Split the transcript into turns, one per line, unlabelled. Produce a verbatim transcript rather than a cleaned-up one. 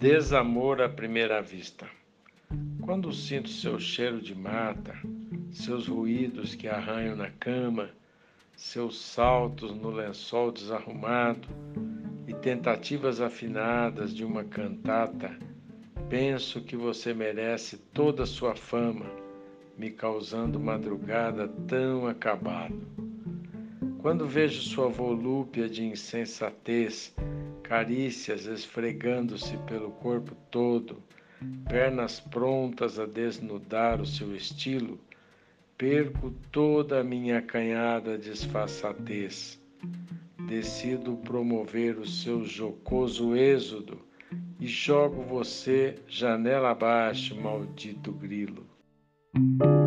Desamor à primeira vista. Quando sinto seu cheiro de mata, seus ruídos que arranham na cama, seus saltos no lençol desarrumado e tentativas afinadas de uma cantata, penso que você merece toda a sua fama, me causando madrugada tão acabado. Quando vejo sua volúpia de insensatez, carícias esfregando-se pelo corpo todo, pernas prontas a desnudar o seu estilo, perco toda a minha acanhada disfarçatez. Decido promover o seu jocoso êxodo e jogo você janela abaixo, maldito grilo.